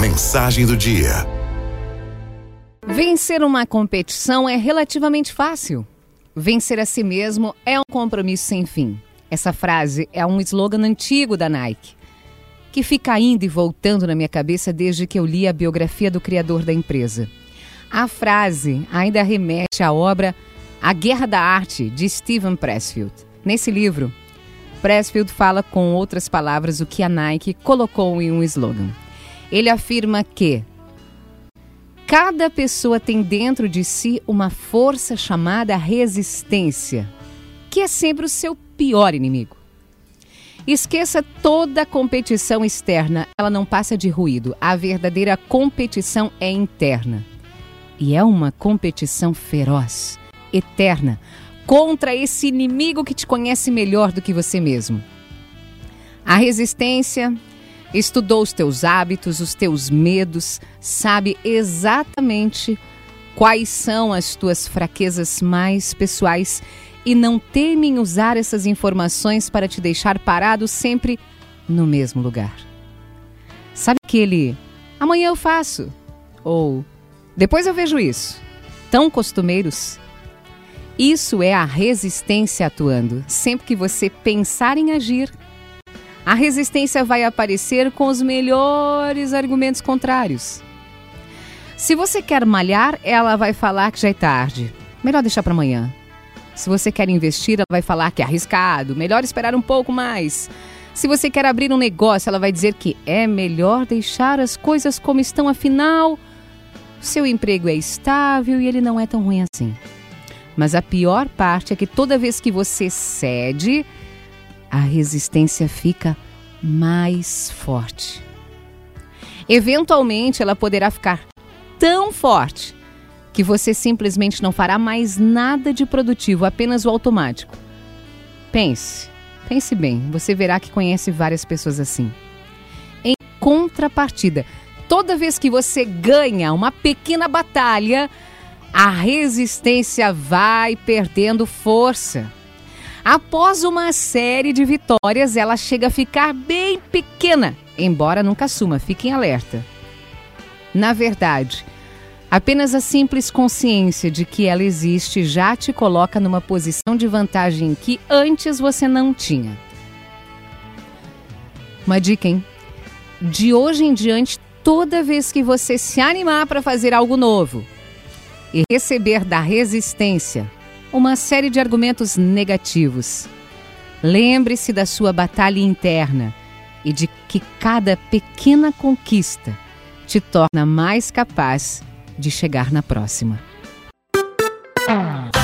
Mensagem do dia. Vencer uma competição é relativamente fácil. Vencer a si mesmo é um compromisso sem fim. Essa frase é um slogan antigo da Nike, que fica indo e voltando na minha cabeça desde que eu li a biografia do criador da empresa. A frase ainda remete à obra A Guerra da Arte, de Steven Pressfield. Nesse livro, Pressfield fala com outras palavras o que a Nike colocou em um slogan. Ele afirma que cada pessoa tem dentro de si uma força chamada resistência, que é sempre o seu pior inimigo. Esqueça toda a competição externa, ela não passa de ruído. A verdadeira competição é interna. E é uma competição feroz, eterna, contra esse inimigo que te conhece melhor do que você mesmo. A resistência estudou os teus hábitos, os teus medos, sabe exatamente quais são as tuas fraquezas mais pessoais e não teme em usar essas informações para te deixar parado sempre no mesmo lugar. Sabe aquele amanhã eu faço ou depois eu vejo isso, tão costumeiros? Isso é a resistência atuando. Sempre que você pensar em agir, a resistência vai aparecer com os melhores argumentos contrários. Se você quer malhar, ela vai falar que já é tarde. Melhor deixar para amanhã. Se você quer investir, ela vai falar que é arriscado. Melhor esperar um pouco mais. Se você quer abrir um negócio, ela vai dizer que é melhor deixar as coisas como estão. Afinal, seu emprego é estável e ele não é tão ruim assim. Mas a pior parte é que toda vez que você cede, a resistência fica mais forte. Eventualmente, ela poderá ficar tão forte que você simplesmente não fará mais nada de produtivo, apenas o automático. Pense bem, você verá que conhece várias pessoas assim. Em contrapartida, toda vez que você ganha uma pequena batalha, a resistência vai perdendo força. Após uma série de vitórias, ela chega a ficar bem pequena, embora nunca assuma, fique em alerta. Na verdade, apenas a simples consciência de que ela existe já te coloca numa posição de vantagem que antes você não tinha. Uma dica, hein? De hoje em diante, toda vez que você se animar para fazer algo novo e receber da resistência uma série de argumentos negativos, lembre-se da sua batalha interna e de que cada pequena conquista te torna mais capaz de chegar na próxima.